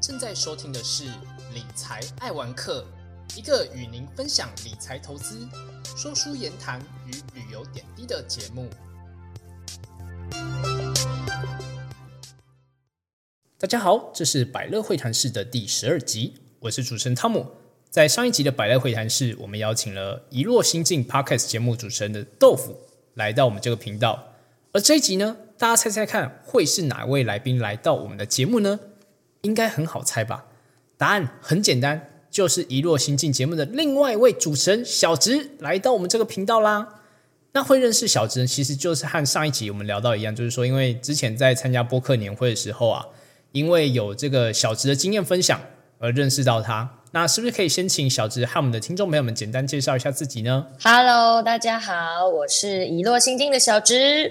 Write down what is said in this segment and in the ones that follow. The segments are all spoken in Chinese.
正在收听的是理财爱玩客，一个与您分享理财投资、说书言谈与旅游点滴的节目。大家好，这是百乐会谈室的第12集，我是主持人汤姆。在上一集的百乐会谈室，我们邀请了一落心境 Podcast 节目主持人的豆腐来到我们这个频道。而这一集呢，大家猜猜看会是哪位来宾来到我们的节目呢？应该很好猜吧？答案很简单，就是一落心境节目的另外一位主持人小植来到我们这个频道啦。那会认识小植其实就是和上一集我们聊到一样，就是说因为之前在参加播客年会的时候啊，因为有这个小植的经验分享而认识到他。那是不是可以先请小植和我们的听众朋友们简单介绍一下自己呢？ Hello， 大家好，我是一落心境的小植。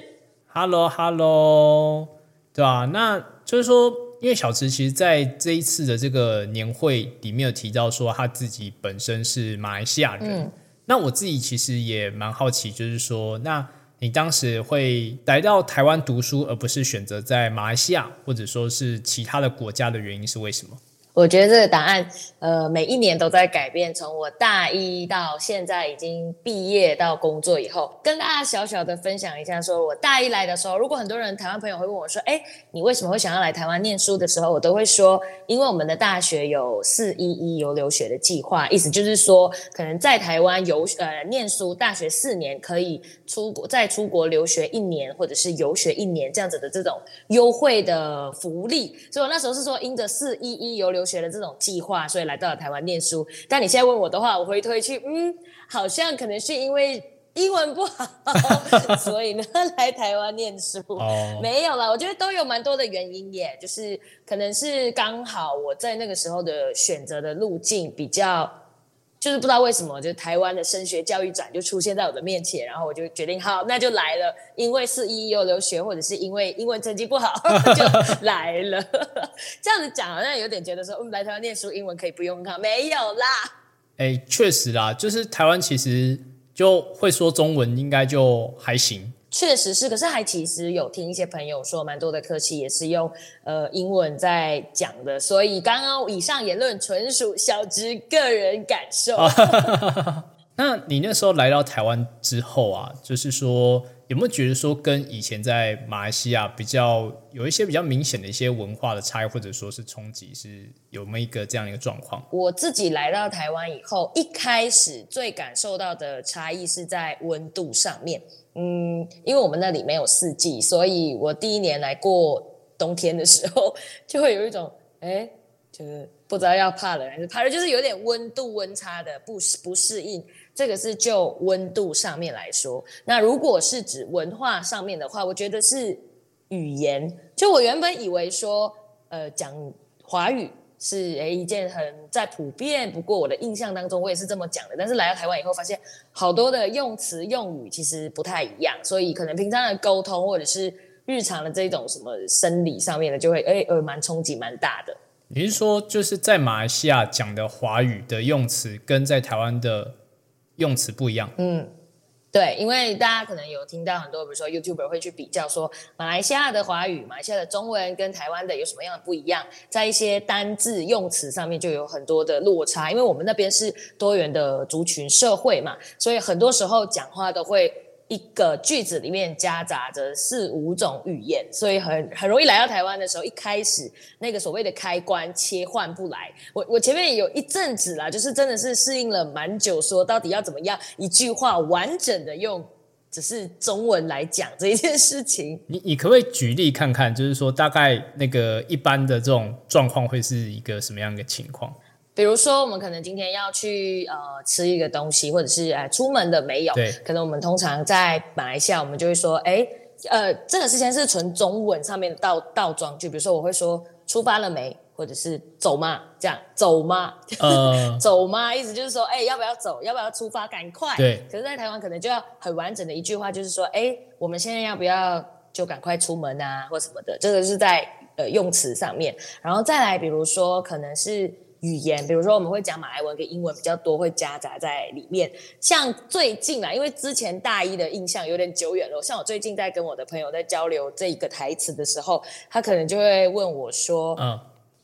Hello， 对吧？那就是说因为小植其实在这一次的这个年会里面有提到说他自己本身是马来西亚人，那我自己其实也蛮好奇，就是说那你当时会来到台湾读书而不是选择在马来西亚或者说是其他的国家的原因是为什么？ 我觉得这个答案每一年都在改变，从我大一到现在已经毕业到工作以后，跟大家小小的分享一下，说我大一来的时候，如果很多人台湾朋友会问我说你为什么会想要来台湾念书的时候，我都会说因为我们的大学有411游留学的计划，意思就是说可能在台湾念书大学4年可以再出国留学1年或者是游学1年这样子的这种优惠的福利，所以我那时候是说因着411游留学的这种计划，所以来到了台湾念书。但你现在问我的话，我回推去好像可能是因为英文不好所以呢来台湾念书没有啦，我觉得都有蛮多的原因耶，就是可能是刚好我在那个时候的选择的路径比较，就是不知道为什么，就台湾的升学教育展就出现在我的面前，然后我就决定好，那就来了。因为411有留学，或者是因为英文成绩不好就来了。这样子讲好像有点觉得说，来台湾念书英文可以不用考，没有啦。 确实啦，就是台湾其实就会说中文，应该就还行。 确实是，可是还其实有听一些朋友说，蛮多的科系也是用英文在讲的，所以刚刚以上言论纯属小植个人感受。 那你那时候来到台湾之后啊，就是说有没有觉得说跟以前在马来西亚有一些比较明显的一些文化的差异，或者说是冲击，是有没有一个这样的一个状况？ 我自己来到台湾以后，一开始最感受到的差异是在温度上面。因为我们那里没有4季，所以我第一年来过冬天的时候，就会有一种就是不知道要怕冷还是怕热，就是有点温差的不适应。这个是就温度上面来说。那如果是指文化上面的话，我觉得是语言。就我原本以为说讲华语是一件很再普遍，不过我的印象当中我也是这么讲的，但是来到台湾以后发现好多的用词用语其实不太一样，所以可能平常的沟通或者是日常的这种什么生理上面的就会蛮冲击蛮大的。 你是说就是在马来西亚讲的华语的用词跟在台湾的用词不一样？ 对，因为大家可能有听到很多比如说 YouTuber 会去比较说马来西亚的华语、马来西亚的中文跟台湾的有什么样的不一样，在一些单字用词上面就有很多的落差，因为我们那边是多元的族群社会嘛，所以很多时候讲话都会一个句子里面夹杂着4、5种语言，所以很容易来到台湾的时候，一开始那个所谓的开关切换不来。我前面有一阵子啦，就是真的是适应了蛮久，说到底要怎么样一句话完整的用只是中文来讲这一件事情。 你可不可以举例看看，就是说大概那个一般的这种状况会是一个什么样的情况？ 比如说我们可能今天要去吃一个东西，或者是出门的没有，可能我们通常在马来西亚我们就会说这个事情是纯中文上面的倒装句，比如说我会说出发了没，或者是走吗，这样走吗走吗意思就是说要不要走，要不要出发，赶快。 对， 可是在台湾可能就要很完整的一句话，就是说我们现在要不要就赶快出门啊或什么的，这个是在用词上面。然后再来比如说可能是语言，比如说我们会讲马来文跟英文比较多，会夹杂在里面。像最近因为之前大一的印象有点久远了，像我最近在跟我的朋友在交流这个台词的时候，他可能就会问我说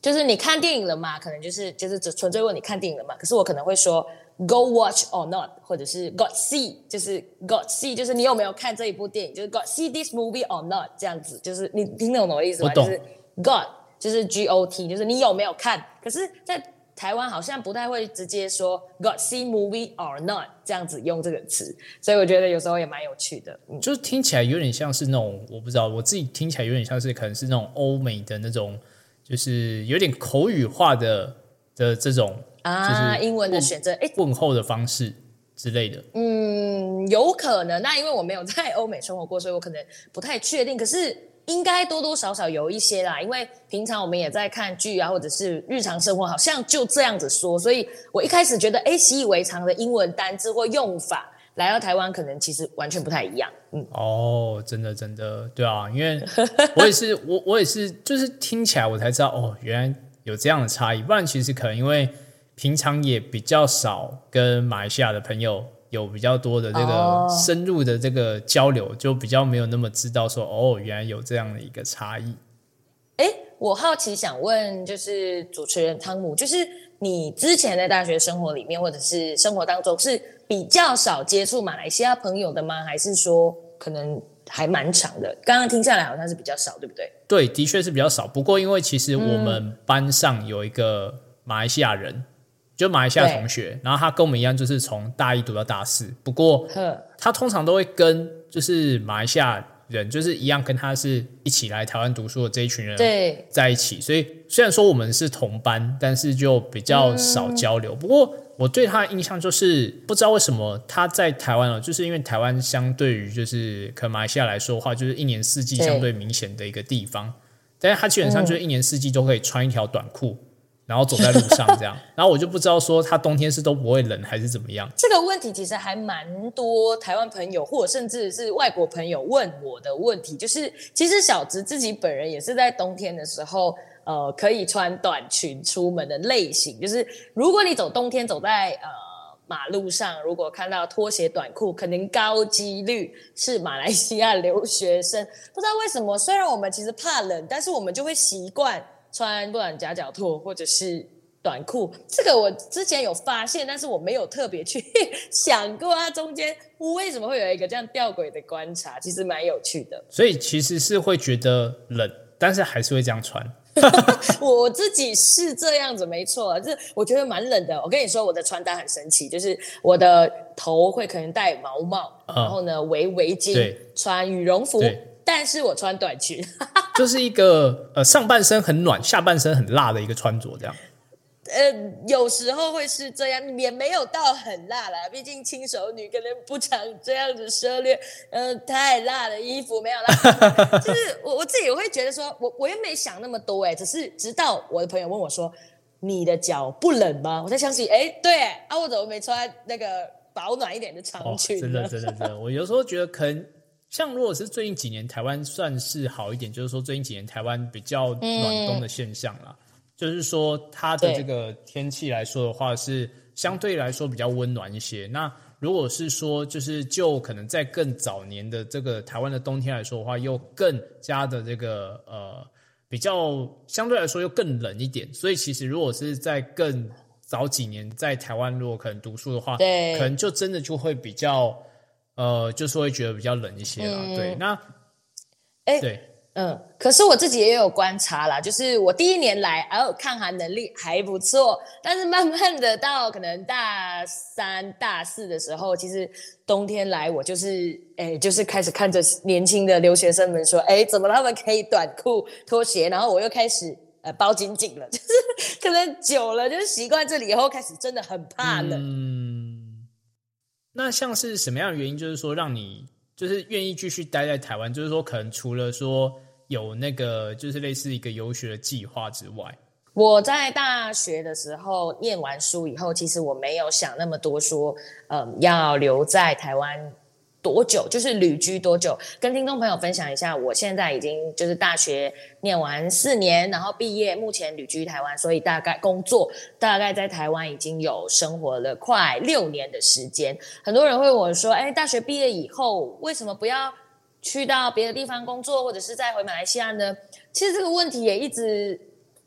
就是你看电影了吗？可能就是纯粹问你看电影了吗？可是我可能会说 Go watch or not， 或者是 Got see， 就是 Got see， 就是你有没有看这一部电影，就是 Got see this movie or not 这样子，就是你听懂我的意思吗？ 我懂， 就是 Got 就是 GOT， 就是你有没有看？可是，在台湾好像不太会直接说 Got see movie or not 这样子用这个词，所以我觉得有时候也蛮有趣的。 就是听起来有点像是那种，我不知道，我自己听起来有点像是可能是那种欧美的那种，就是有点口语化的这种就是英文的选择， 问候的方式之类的。 有可能。那因为我没有在欧美生活过，所以我可能不太确定。可是应该多多少少有一些啦，因为平常我们也在看剧啊，或者是日常生活，好像就这样子说。所以我一开始觉得，习以为常的英文单字或用法，来到台湾可能其实完全不太一样。 真的，对啊，因为我也是，就是听起来我才知道哦，原来有这样的差异。不然其实可能因为平常也比较少跟马来西亚的朋友有比较多的这个深入的这个交流，就比较没有那么知道说哦，原来有这样的一个差异。 我好奇想问，就是主持人汤姆，就是你之前在大学生活里面，或者是生活当中，是比较少接触马来西亚朋友的吗？还是说可能还蛮长的？刚刚听下来好像是比较少，对不对？ 对，的确是比较少。不过因为其实我们班上有一个马来西亚人，就马来西亚同学，然后他跟我们一样，就是从大一读到大四。不过他通常都会跟就是马来西亚人，就是一样跟他是一起来台湾读书的这一群人在一起。所以虽然说我们是同班，但是就比较少交流。不过我对他的印象就是不知道为什么他在台湾就是因为台湾相对于就是可能马来西亚来说的话，就是一年四季相对明显的一个地方，但是他基本上就是一年四季都可以穿一条短裤。然后走在路上这样，然后我就不知道说他冬天是都不会冷还是怎么样。 这个问题其实还蛮多台湾朋友或者甚至是外国朋友问我的问题，就是其实小植自己本人也是在冬天的时候可以穿短裙出门的类型，就是如果你冬天走在马路上，如果看到拖鞋短裤，可能高几率是马来西亚留学生。不知道为什么，虽然我们其实怕冷，但是我们就会习惯穿不管夹脚拖或者是短裤。这个我之前有发现，但是我没有特别去想过它中间为什么会有一个这样吊诡的观察，其实蛮有趣的。 所以其实是会觉得冷，但是还是会这样穿。 我自己是这样子没错，就是我觉得蛮冷的。我跟你说我的穿搭很神奇，就是我的头会可能戴毛帽，然后呢围巾，穿羽绒服，但是我穿短裙。 就是一个上半身很暖，下半身很辣的一个穿着这样。 有时候会是这样，也没有到很辣啦，毕竟轻熟女可能不常这样子涉猎太辣的衣服没有啦。就是我自己会觉得说我也没想那么多只是直到我的朋友问我说你的脚不冷吗，我才想起对我怎么没穿那个保暖一点的长裙呢？ 真的我有时候觉得可能像如果是最近几年台湾算是好一点，就是说最近几年台湾比较暖冬的现象啦，就是说它的这个天气来说的话是相对来说比较温暖一些。那如果是说就可能在更早年的这个台湾的冬天来说的话，又更加的这个比较相对来说又更冷一点。所以其实如果是在更早几年在台湾如果可能读书的话，可能就真的就会比较就是会觉得比较冷一些啦。对，那对。 可是我自己也有观察啦，就是我第一年来抗寒能力还不错，但是慢慢的到可能大三大四的时候，其实冬天来我就是开始看着年轻的留学生们说怎么他们可以短裤拖鞋，然后我又开始包紧紧了，就是可能久了就是习惯这里以后开始真的很怕冷。 那像是什么样的原因就是说让你就是愿意继续待在台湾，就是说可能除了说有那个就是类似一个游学的计划之外。 我在大学的时候念完书以后，其实我没有想那么多说要留在台湾多久，就是旅居多久。跟听众朋友分享一下，我现在已经就是大学念完4年，然后毕业，目前旅居台湾，所以大概工作大概在台湾已经有生活了快6年的时间。很多人会问我说大学毕业以后为什么不要去到别的地方工作，或者是再回马来西亚呢？其实这个问题也一直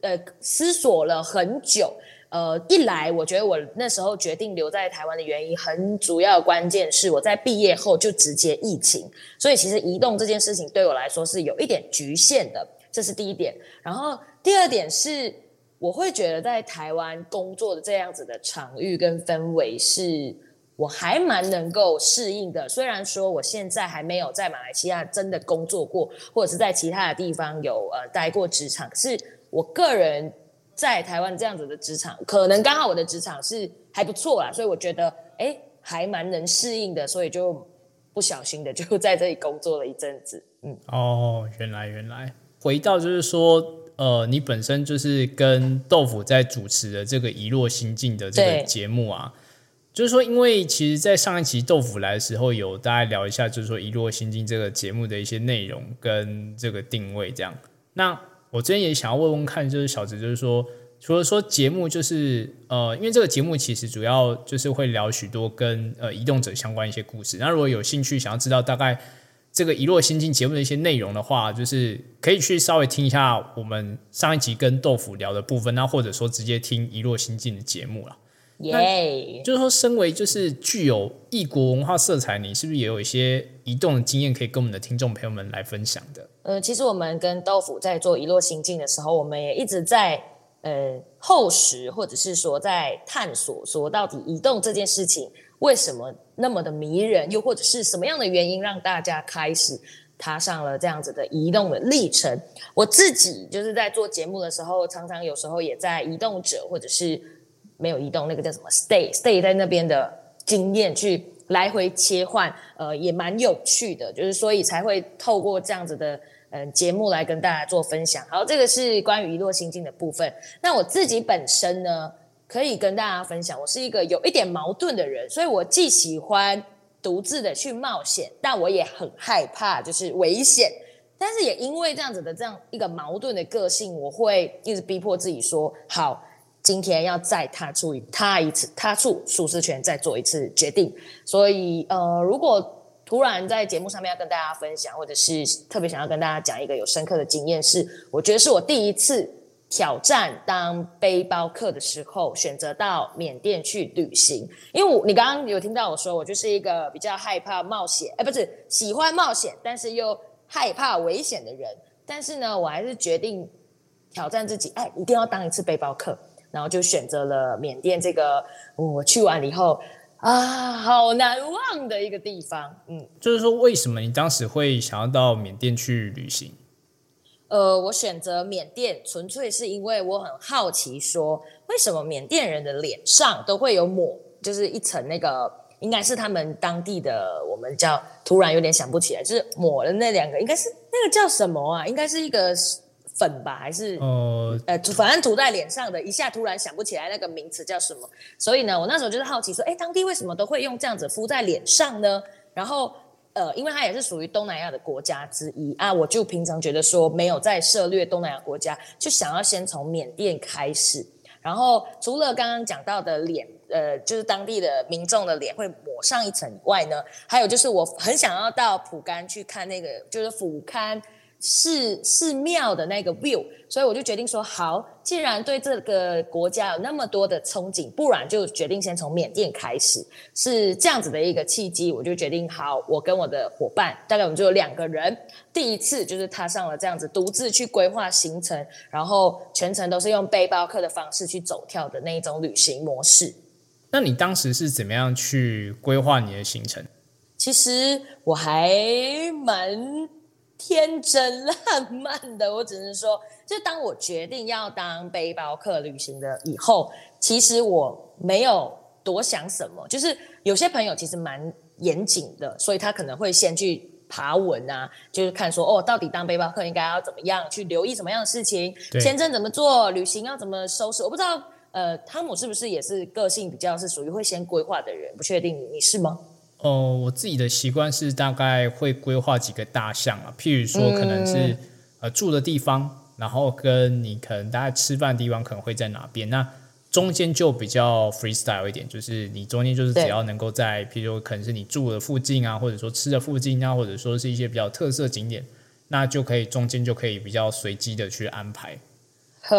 思索了很久。一来我觉得我那时候决定留在台湾的原因，很主要的关键是我在毕业后就直接疫情，所以其实移动这件事情对我来说是有一点局限的，这是第一点。然后第二点是，我会觉得在台湾工作的这样子的场域跟氛围是我还蛮能够适应的，虽然说我现在还没有在马来西亚真的工作过，或者是在其他的地方有待过职场，可是我个人在台湾这样子的职场，可能刚好我的职场是还不错啦，所以我觉得还蛮能适应的，所以就不小心的就在这里工作了一阵子。 原来回到就是说你本身就是跟豆腐在主持的这个遗落心境的这个节目啊，就是说因为其实在上一期豆腐来的时候有大概聊一下就是说遗落心境这个节目的一些内容跟这个定位这样。那我这边也想要问问看，就是小子，就是说，除了说节目，就是因为这个节目其实主要就是会聊许多跟移动者相关一些故事。那如果有兴趣想要知道大概这个遗落心境节目的一些内容的话，就是可以去稍微听一下我们上一集跟豆腐聊的部分，那或者说直接听遗落心境的节目啦。就是说，身为就是具有异国文化色彩，你是不是也有一些移动的经验可以跟我们的听众朋友们来分享的？ 其实我们跟豆腐在做遗落心境的时候，我们也一直在厚实，或者是说在探索，说到底移动这件事情为什么那么的迷人，又或者是什么样的原因让大家开始踏上了这样子的移动的历程。我自己就是在做节目的时候，常常有时候也在移动者或者是没有移动，那个叫什么 stay 在那边的经验去来回切换，也蛮有趣的，就是所以才会透过这样子的节目来跟大家做分享。好，这个是关于遗落心境的部分。那我自己本身呢，可以跟大家分享，我是一个有一点矛盾的人，所以我既喜欢独自的去冒险，但我也很害怕就是危险。但是也因为这样子的这样一个矛盾的个性，我会一直逼迫自己说，好，今天要再踏出舒适圈，再做一次决定。所以如果突然在节目上面要跟大家分享，或者是特别想要跟大家讲一个有深刻的经验，是我觉得是我第一次挑战当背包客的时候，选择到缅甸去旅行。因为你刚刚有听到我说，我就是一个比较害怕冒险，不是喜欢冒险，但是又害怕危险的人。但是呢，我还是决定挑战自己，一定要当一次背包客。然后就选择了缅甸这个我去完了以后好难忘的一个地方。 就是说为什么你当时会想要到缅甸去旅行？ 我选择缅甸纯粹是因为我很好奇说，为什么缅甸人的脸上都会有抹，就是一层那个应该是他们当地的，我们叫突然有点想不起来，就是抹了那两个，应该是那个叫什么啊？应该是一个粉吧，还是反正涂在脸上的，一下突然想不起来那个名词叫什么。所以呢，我那时候就是好奇说，当地为什么都会用这样子敷在脸上呢？然后因为它也是属于东南亚的国家之一啊，我就平常觉得说没有在涉猎东南亚国家，就想要先从缅甸开始。然后除了刚刚讲到的脸，就是当地的民众的脸会抹上一层以外呢，还有就是我很想要到蒲甘去看那个，就是俯瞰寺庙的那个 view， 所以我就决定说，好，既然对这个国家有那么多的憧憬，不然就决定先从缅甸开始，是这样子的一个契机。我就决定，好，我跟我的伙伴，大概我们就有2个人，第一次就是踏上了这样子独自去规划行程，然后全程都是用背包客的方式去走跳的那一种旅行模式。 那你当时是怎么样去规划你的行程？ 其实我还蛮天真烂漫的，我只能说，就当我决定要当背包客旅行的以后，其实我没有多想什么。就是有些朋友其实蛮严谨的，所以他可能会先去爬文啊，就是看说到底当背包客应该要怎么样去留意什么样的事情，签证怎么做，旅行要怎么收拾。我不知道汤姆是不是也是个性比较是属于会先规划的人，不确定你是吗？ 我自己的习惯是大概会规划几个大项啊，譬如说可能是住的地方，然后跟你可能大概吃饭的地方可能会在哪边，那中间就比较 freestyle 一点，就是你中间就是只要能够在譬如说可能是你住的附近啊，或者说吃的附近啊，或者说是一些比较特色景点，那就可以中间就可以比较随机的去安排。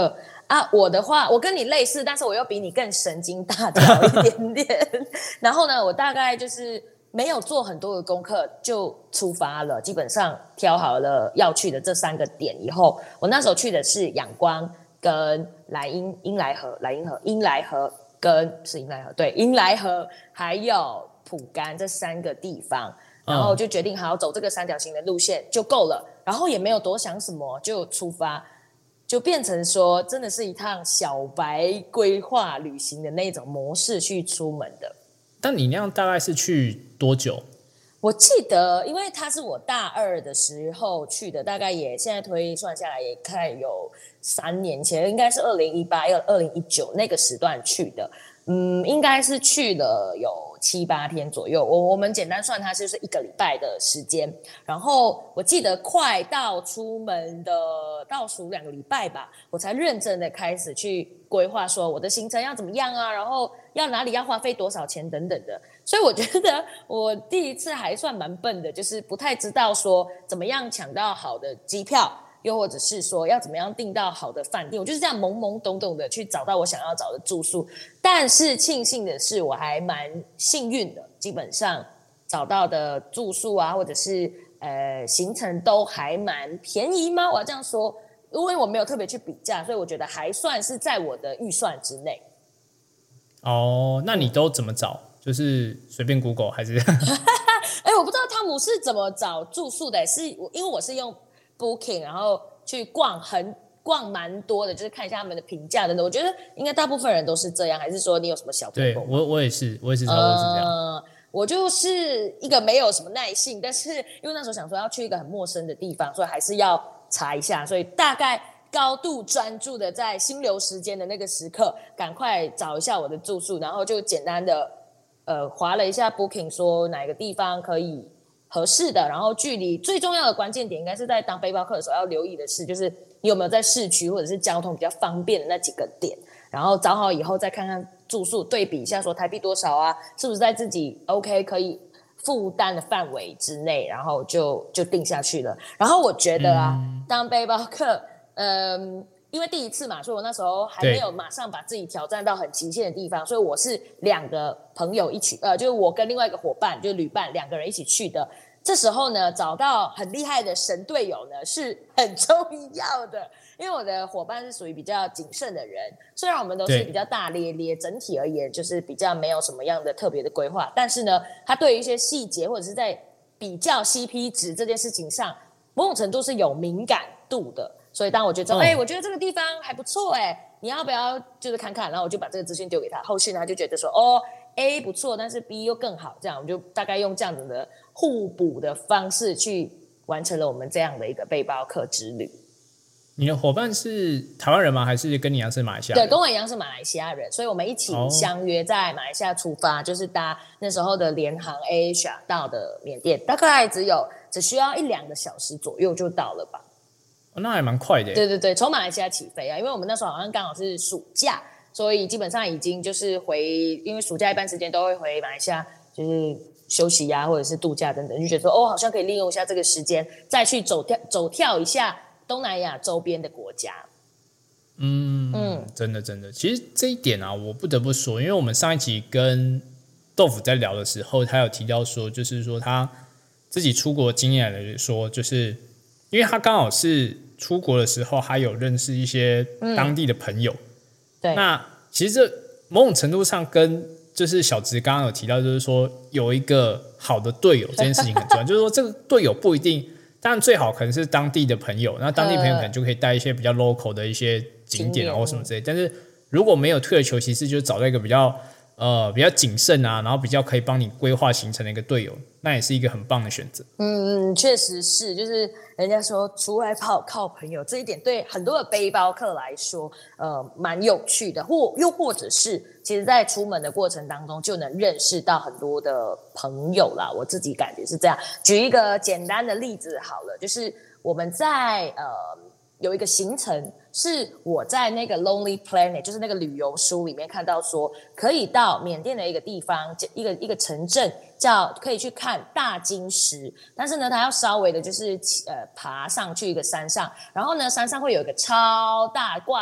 啊，我的话，我跟你类似，但是我又比你更神经大条一点点。然后呢，我大概就是没有做很多的功课就出发了，基本上挑好了要去的这3个点以后，我那时候去的是仰光跟英莱河跟是英莱河，对，英莱河还有蒲甘这3个地方。然后就决定好走这个3条形的路线就够了，然后也没有多想什么就出发，就变成说真的是一趟小白规划旅行的那种模式去出门的。 但你那样大概是去多久？ 我记得，因为他是我大2的时候去的，大概也现在推算下来也快有3年前，应该是2018、2019那个时段去的。应该是去了有7、8天左右。我们简单算，它就是1个礼拜的时间。然后我记得快到出门的倒数2个礼拜吧，我才认真的开始去规划，说我的行程要怎么样啊，然后要哪里要花费多少钱等等的。所以我觉得我第一次还算蛮笨的，就是不太知道说怎么样抢到好的机票，又或者是说要怎么样订到好的饭店，我就是这样懵懵懂懂的去找到我想要找的住宿。但是庆幸的是，我还蛮幸运的，基本上找到的住宿啊，或者是行程都还蛮便宜吗？我要这样说，因为我没有特别去比价，所以我觉得还算是在我的预算之内。 哦，那你都怎么找？就是随便 Google 还是？ 我不知道汤姆是怎么找住宿的，是因为我是用 Booking， 然后去逛蛮多的，就是看一下他们的评价等等。我觉得应该大部分人都是这样，还是说你有什么小偏颇？ 对，我也是差不多是这样。 我就是一个没有什么耐性，但是因为那时候想说要去一个很陌生的地方，所以还是要查一下，所以大概高度专注的在心流时间的那个时刻，赶快找一下我的住宿，然后就简单的滑了一下 Booking， 说哪个地方可以合适的，然后距离最重要的关键点应该是在当背包客的时候要留意的是，就是你有没有在市区或者是交通比较方便的那几个点，然后找好以后再看看住宿，对比一下说台币多少啊，是不是在自己 OK 可以负担的范围之内，然后就定下去了。然后我觉得啊，当背包客，因为第一次嘛，所以我那时候还没有马上把自己挑战到很极限的地方，所以我是2个朋友一起，就是我跟另外一个伙伴，就是旅伴2个人一起去的。这时候呢，找到很厉害的神队友呢是很重要的，因为我的伙伴是属于比较谨慎的人，虽然我们都是比较大咧咧，整体而言就是比较没有什么样的特别的规划，但是呢，他对于一些细节或者是在比较 CP 值这件事情上，某种程度是有敏感度的。所以当我觉得我觉得这个地方还不错你要不要就是看看，然后我就把这个资讯丢给他，后续呢他就觉得说A 不错，但是 B 又更好，这样我们就大概用这样子的互补的方式去完成了我们这样的一个背包客之旅。 你的伙伴是台湾人吗？还是跟你一样是马来西亚人？ 对，跟我一样是马来西亚人，所以我们一起相约在马来西亚出发，就是搭那时候的联航 AirAsia 到的缅甸，大概只需要1-2个小时左右就到了吧。 那还蛮快的。 对对对，从马来西亚起飞啊，因为我们那时候好像刚好是暑假，所以基本上已经就是因为暑假一般时间都会回马来西亚，就是休息啊，或者是度假等等，就觉得说好像可以利用一下这个时间，再去走跳一下东南亚周边的国家。 真的，其实这一点啊，我不得不说，因为我们上一集跟豆腐在聊的时候，他有提到说，就是说他自己出国经验来说，就是因为他刚好是出国的时候，还有认识一些当地的朋友。 对， 那其实这某种程度上跟就是小植刚刚有提到，就是说有一个好的队友这件事情很重要，就是说这个队友不一定，当然最好可能是当地的朋友，那当地朋友可能就可以带一些比较 local 的一些景点或什么之类，但是如果没有退而求其次，就找到一个比较谨慎啊，然后比较可以帮你规划行程的一个队友，那也是一个很棒的选择。 确实是，就是人家说出外跑靠朋友，这一点对很多的背包客来说，蛮有趣的，又或者是，其实在出门的过程当中就能认识到很多的朋友啦。我自己感觉是这样。举一个简单的例子好了，就是我们在有一个行程是我在那个 Lonely Planet， 就是那个旅游书里面看到说，可以到缅甸的一个地方，一个城镇可以去看大金石，但是呢，它要稍微的就是爬上去一个山上，然后呢，山上会有一个超大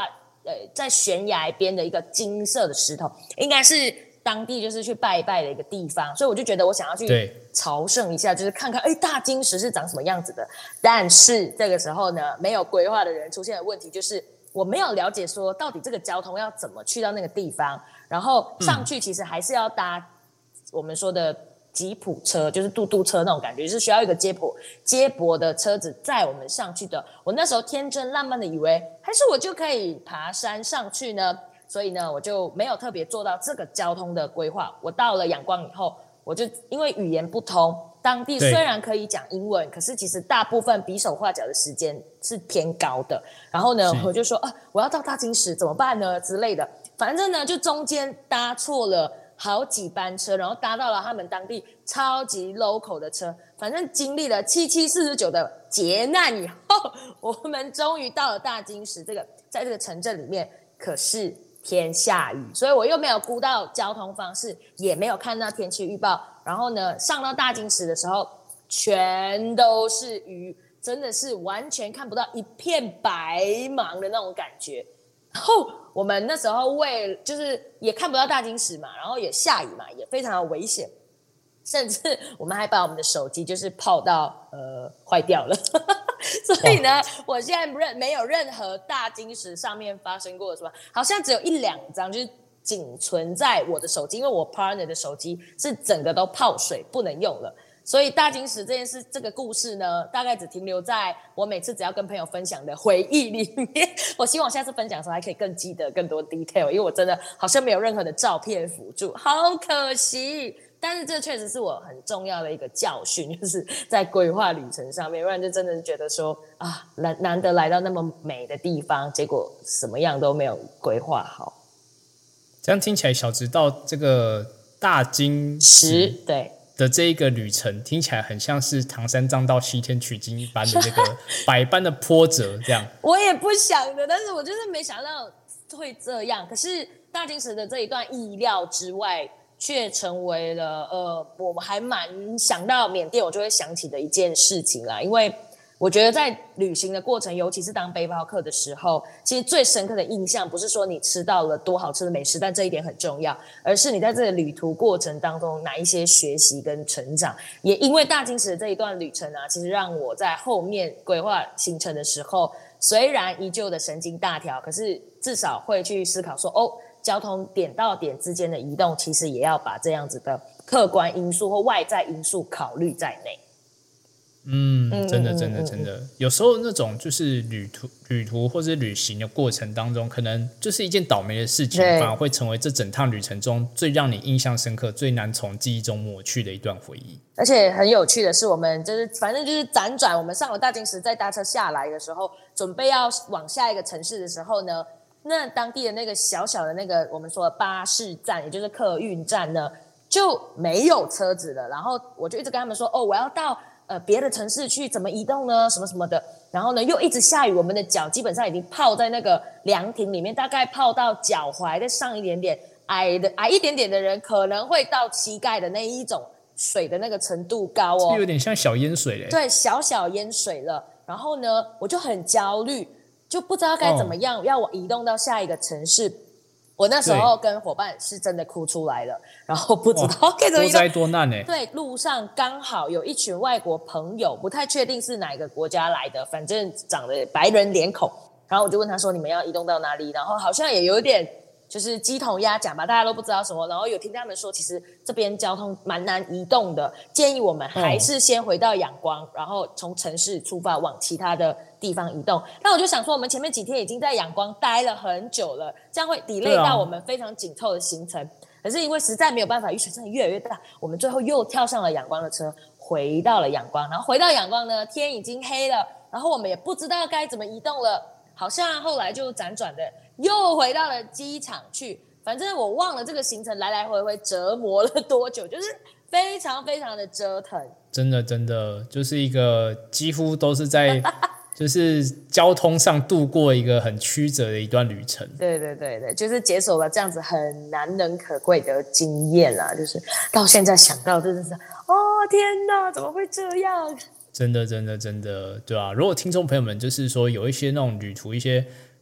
在悬崖边的一个金色的石头，应该是当地就是去拜一拜的一个地方，所以我就觉得我想要去朝圣一下，就是看看大金石是长什么样子的。但是这个时候呢，没有规划的人出现的问题就是我没有了解说到底这个交通要怎么去到那个地方，然后上去其实还是要搭我们说的吉普车，就是嘟嘟车那种感觉，是需要一个接驳的车子载我们上去的。我那时候天真烂漫的以为还是我就可以爬山上去呢，所以呢我就没有特别做到这个交通的规划。我到了仰光以后，我就因为语言不通，当地虽然可以讲英文，可是其实大部分比手画脚的时间是偏高的。然后呢我就说我要到大金石怎么办呢之类的，反正呢就中间搭错了好几班车，然后搭到了他们当地超级 local 的车，反正经历了7749的劫难以后，我们终于到了大金石在这个城镇里面。可是天下雨，所以我又没有估到交通方式，也没有看到天气预报。然后呢，上到大金石的时候，全都是鱼，真的是完全看不到一片白茫的那种感觉。然后我们那时候就是也看不到大金石嘛，然后也下雨嘛，也非常的危险，甚至我们还把我们的手机就是泡到坏掉了。所以呢，我现在没有任何大金石上面发生过的什么，好像只有1、2张就是仅存在我的手机，因为我 partner 的手机是整个都泡水不能用了。所以大金石这个故事呢，大概只停留在我每次只要跟朋友分享的回忆里面。我希望下次分享的时候还可以更记得更多 detail， 因为我真的好像没有任何的照片辅助，好可惜。但是这确实是我很重要的一个教训，就是在规划旅程上面，不然就真的是觉得说难得来到那么美的地方，结果什么样都没有规划好。 这样听起来，小直到这个大金石对的这一个旅程，听起来很像是唐三藏到西天取经一般的这个百般的波折，这样。 我也不想的，但是我就是没想到会这样。可是大金石的这一段意料之外，却成为了我还蛮想到缅甸我就会想起的一件事情啦。因为我觉得在旅行的过程，尤其是当背包客的时候，其实最深刻的印象不是说你吃到了多好吃的美食，但这一点很重要，而是你在这个旅途过程当中哪一些学习跟成长。也因为大金石的这一段旅程啊，其实让我在后面规划行程的时候，虽然依旧的神经大条，可是至少会去思考说交通点到点之间的移动，其实也要把这样子的客观因素或外在因素考虑在内。 真的，有时候那种就是旅途或者旅行的过程当中，可能就是一件倒霉的事情，反而会成为这整趟旅程中最让你印象深刻、最难从记忆中抹去的一段回忆。 而且很有趣的是，我们就是反正就是辗转，我们上了大金石，在搭车下来的时候，准备要往下一个城市的时候呢，那当地的那个小小的那个我们说的巴士站，也就是客运站呢，就没有车子了。然后我就一直跟他们说，我要到别的城市去，怎么移动呢？什么什么的。然后呢，又一直下雨，我们的脚基本上已经泡在那个凉亭里面，大概泡到脚踝，再上一点点，矮一点点的人可能会到膝盖的那一种水的那个程度高哦， 是有点像小淹水嘞。 对，小淹水了。然后呢，我就很焦虑，就不知道该怎么样要我移动到下一个城市。我那时候跟伙伴是真的哭出来了，然后不知道该怎么移动。 多灾多难欸。 对，路上刚好有一群外国朋友，不太确定是哪个国家来的，反正长得白人脸孔。然后我就问他说：“你们要移动到哪里？”然后好像也有点就是鸡同鸭讲吧，大家都不知道什么。然后有听他们说，其实这边交通蛮难移动的，建议我们还是先回到仰光，然后从城市出发往其他的地方移动。那我就想说，我们前面几天已经在仰光待了很久了，这样会 delay 到我们非常紧凑的行程。可是因为实在没有办法，雨水真的越来越大，我们最后又跳上了仰光的车，回到了仰光。然后回到仰光呢，天已经黑了，然后我们也不知道该怎么移动了，好像后来就辗转的又回到了机场去。反正我忘了这个行程来来回回折磨了多久，就是非常非常的折腾。真的就是一个几乎都是在就是交通上度过一个很曲折的一段旅程。 对，就是解锁了这样子很难能可贵的经验啦。就是到现在想到真的是天哪，怎么会这样？ 真的，对啊。如果听众朋友们就是说有一些那种旅途一些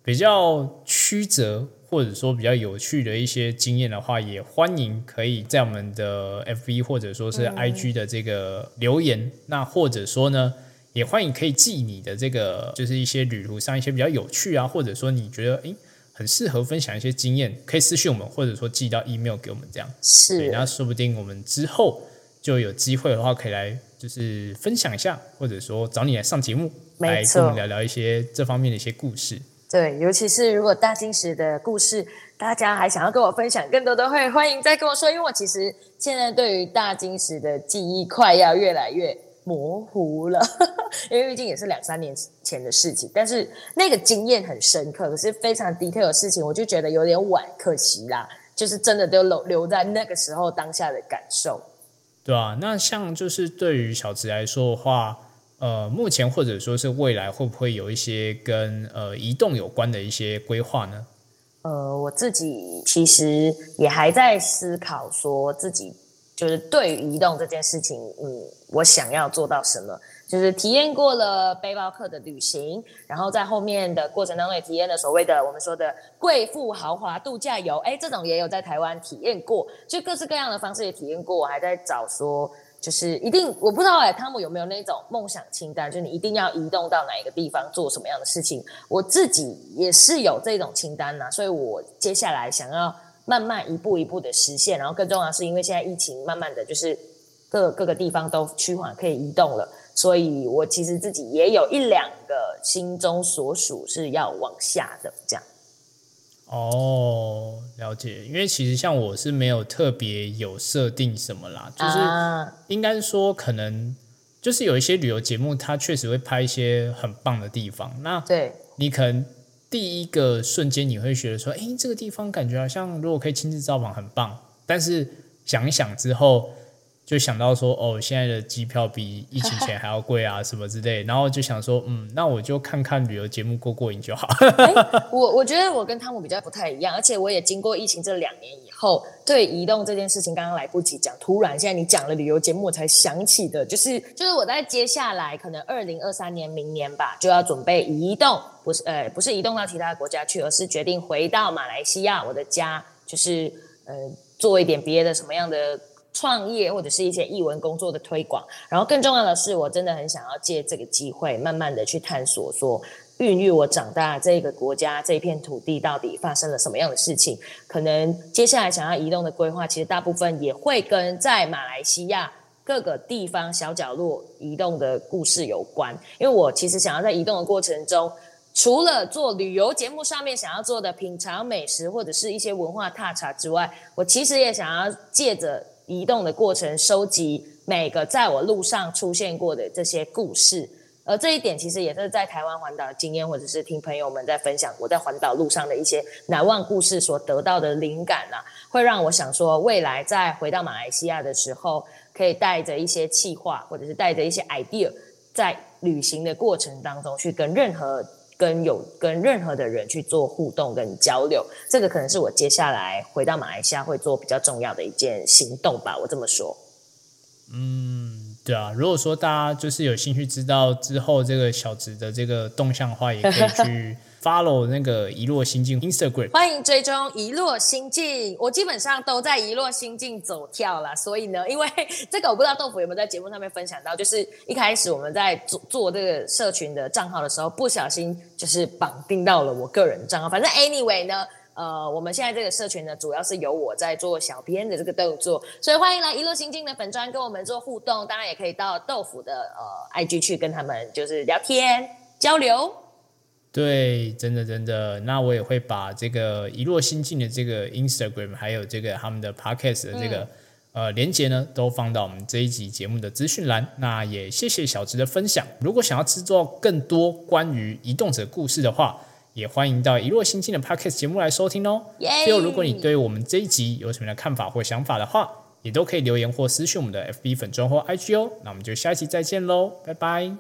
比较曲折或者说比较有趣的一些经验的话，也欢迎可以在我们的 FB 或者说是 IG 的这个留言，那或者说呢也欢迎可以寄你的这个就是一些旅途上一些比较有趣啊，或者说你觉得很适合分享一些经验，可以私讯我们，或者说寄到 email 给我们这样。 是， 那说不定我们之后就有机会的话，可以来就是分享一下，或者说找你来上节目，来跟我们聊聊一些这方面的一些故事。 对，尤其是如果大金石的故事，大家还想要跟我分享更多的会欢迎再跟我说，因为我其实现在对于大金石的记忆快要越来越模糊了，因为毕竟也是2-3年前的事情，但是那个经验很深刻，可是非常 detail 的事情，我就觉得有点晚，可惜啦，就是真的都留在那个时候当下的感受。 对啊，那像就是对于小池来说的话，目前或者说是未来会不会有一些跟移动有关的一些规划呢？ 我自己其实也还在思考，说自己就是对于移动这件事情，我想要做到什么？就是体验过了背包客的旅行，然后在后面的过程当中也体验了所谓的我们说的贵妇豪华度假游，这种也有在台湾体验过，就各式各样的方式也体验过。我还在找说，就是一定我不知道汤姆有没有那种梦想清单，就是你一定要移动到哪一个地方做什么样的事情。我自己也是有这种清单所以我接下来想要慢慢一步一步的实现，然后更重要的是因为现在疫情慢慢的就是各个地方都趋缓可以移动了，所以我其实自己也有1-2个心中所属是要往下的这样。 哦，了解。因为其实像我是没有特别有设定什么啦，就是应该说可能就是有一些旅游节目它确实会拍一些很棒的地方，那对你可能第一个瞬间你会觉得说这个地方感觉好像如果可以亲自造访很棒，但是想一想之后就想到说现在的机票比疫情前还要贵啊什么之类，然后就想说那我就看看旅游节目过瘾就好。 我觉得我跟汤姆比较不太一样，而且我也经过疫情这2年以后，对移动这件事情刚刚来不及讲，突然现在你讲了旅游节目我才想起的，就是我在接下来可能2023年明年吧，就要准备移动，不是移动到其他国家去，而是决定回到马来西亚我的家，就是做一点别的什么样的创业或者是一些艺文工作的推广，然后更重要的是我真的很想要借这个机会慢慢的去探索说孕育我长大这个国家这片土地到底发生了什么样的事情，可能接下来想要移动的规划其实大部分也会跟在马来西亚各个地方小角落移动的故事有关，因为我其实想要在移动的过程中除了做旅游节目上面想要做的品尝美食或者是一些文化踏查之外，我其实也想要借着移动的过程收集每个在我路上出现过的这些故事，而这一点其实也是在台湾环岛的经验，或者是听朋友们在分享我在环岛路上的一些难忘故事所得到的灵感会让我想说未来在回到马来西亚的时候可以带着一些企划或者是带着一些 idea 在旅行的过程当中去跟任何的人去做互动跟交流，这个可能是我接下来回到马来西亚会做比较重要的一件行动吧，我这么说。 对啊，如果说大家就是有兴趣知道之后这个小池的这个动向的话，也可以去follow 那个一落心境 Instagram， 欢迎追踪一落心境，我基本上都在一落心境走跳啦，所以呢，因为这个我不知道豆腐有没有在节目上面分享到，就是一开始我们在做这个社群的账号的时候，不小心就是绑定到了我个人账号，反正 anyway 呢。我们现在这个社群呢，主要是由我在做小编的这个动作，所以欢迎来一落心境的粉专跟我们做互动，当然也可以到豆腐的IG 去跟他们就是聊天交流。 对，真的，那我也会把这个一落心境的这个 Instagram 还有这个他们的 Podcast 的这个连结呢，都放到我们这一集节目的资讯栏。那也谢谢小池的分享。如果想要制作更多关于移动者故事的话，也欢迎到一落心境的 Podcast 节目来收听哦。最后，如果你对我们这一集有什么样的看法或想法的话，也都可以留言或私讯我们的 FB 粉专或 IG 哦。那我们就下一期再见喽，拜拜。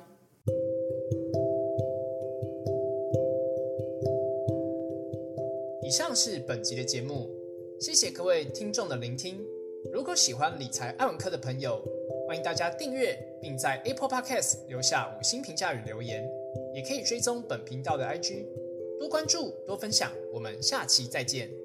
以上是本集的节目，谢谢各位听众的聆听。如果喜欢理财艾文科的朋友，欢迎大家订阅，并在 Apple Podcast 留下5星评价与留言，也可以追踪本频道的IG。 多关注，多分享，我们下期再见。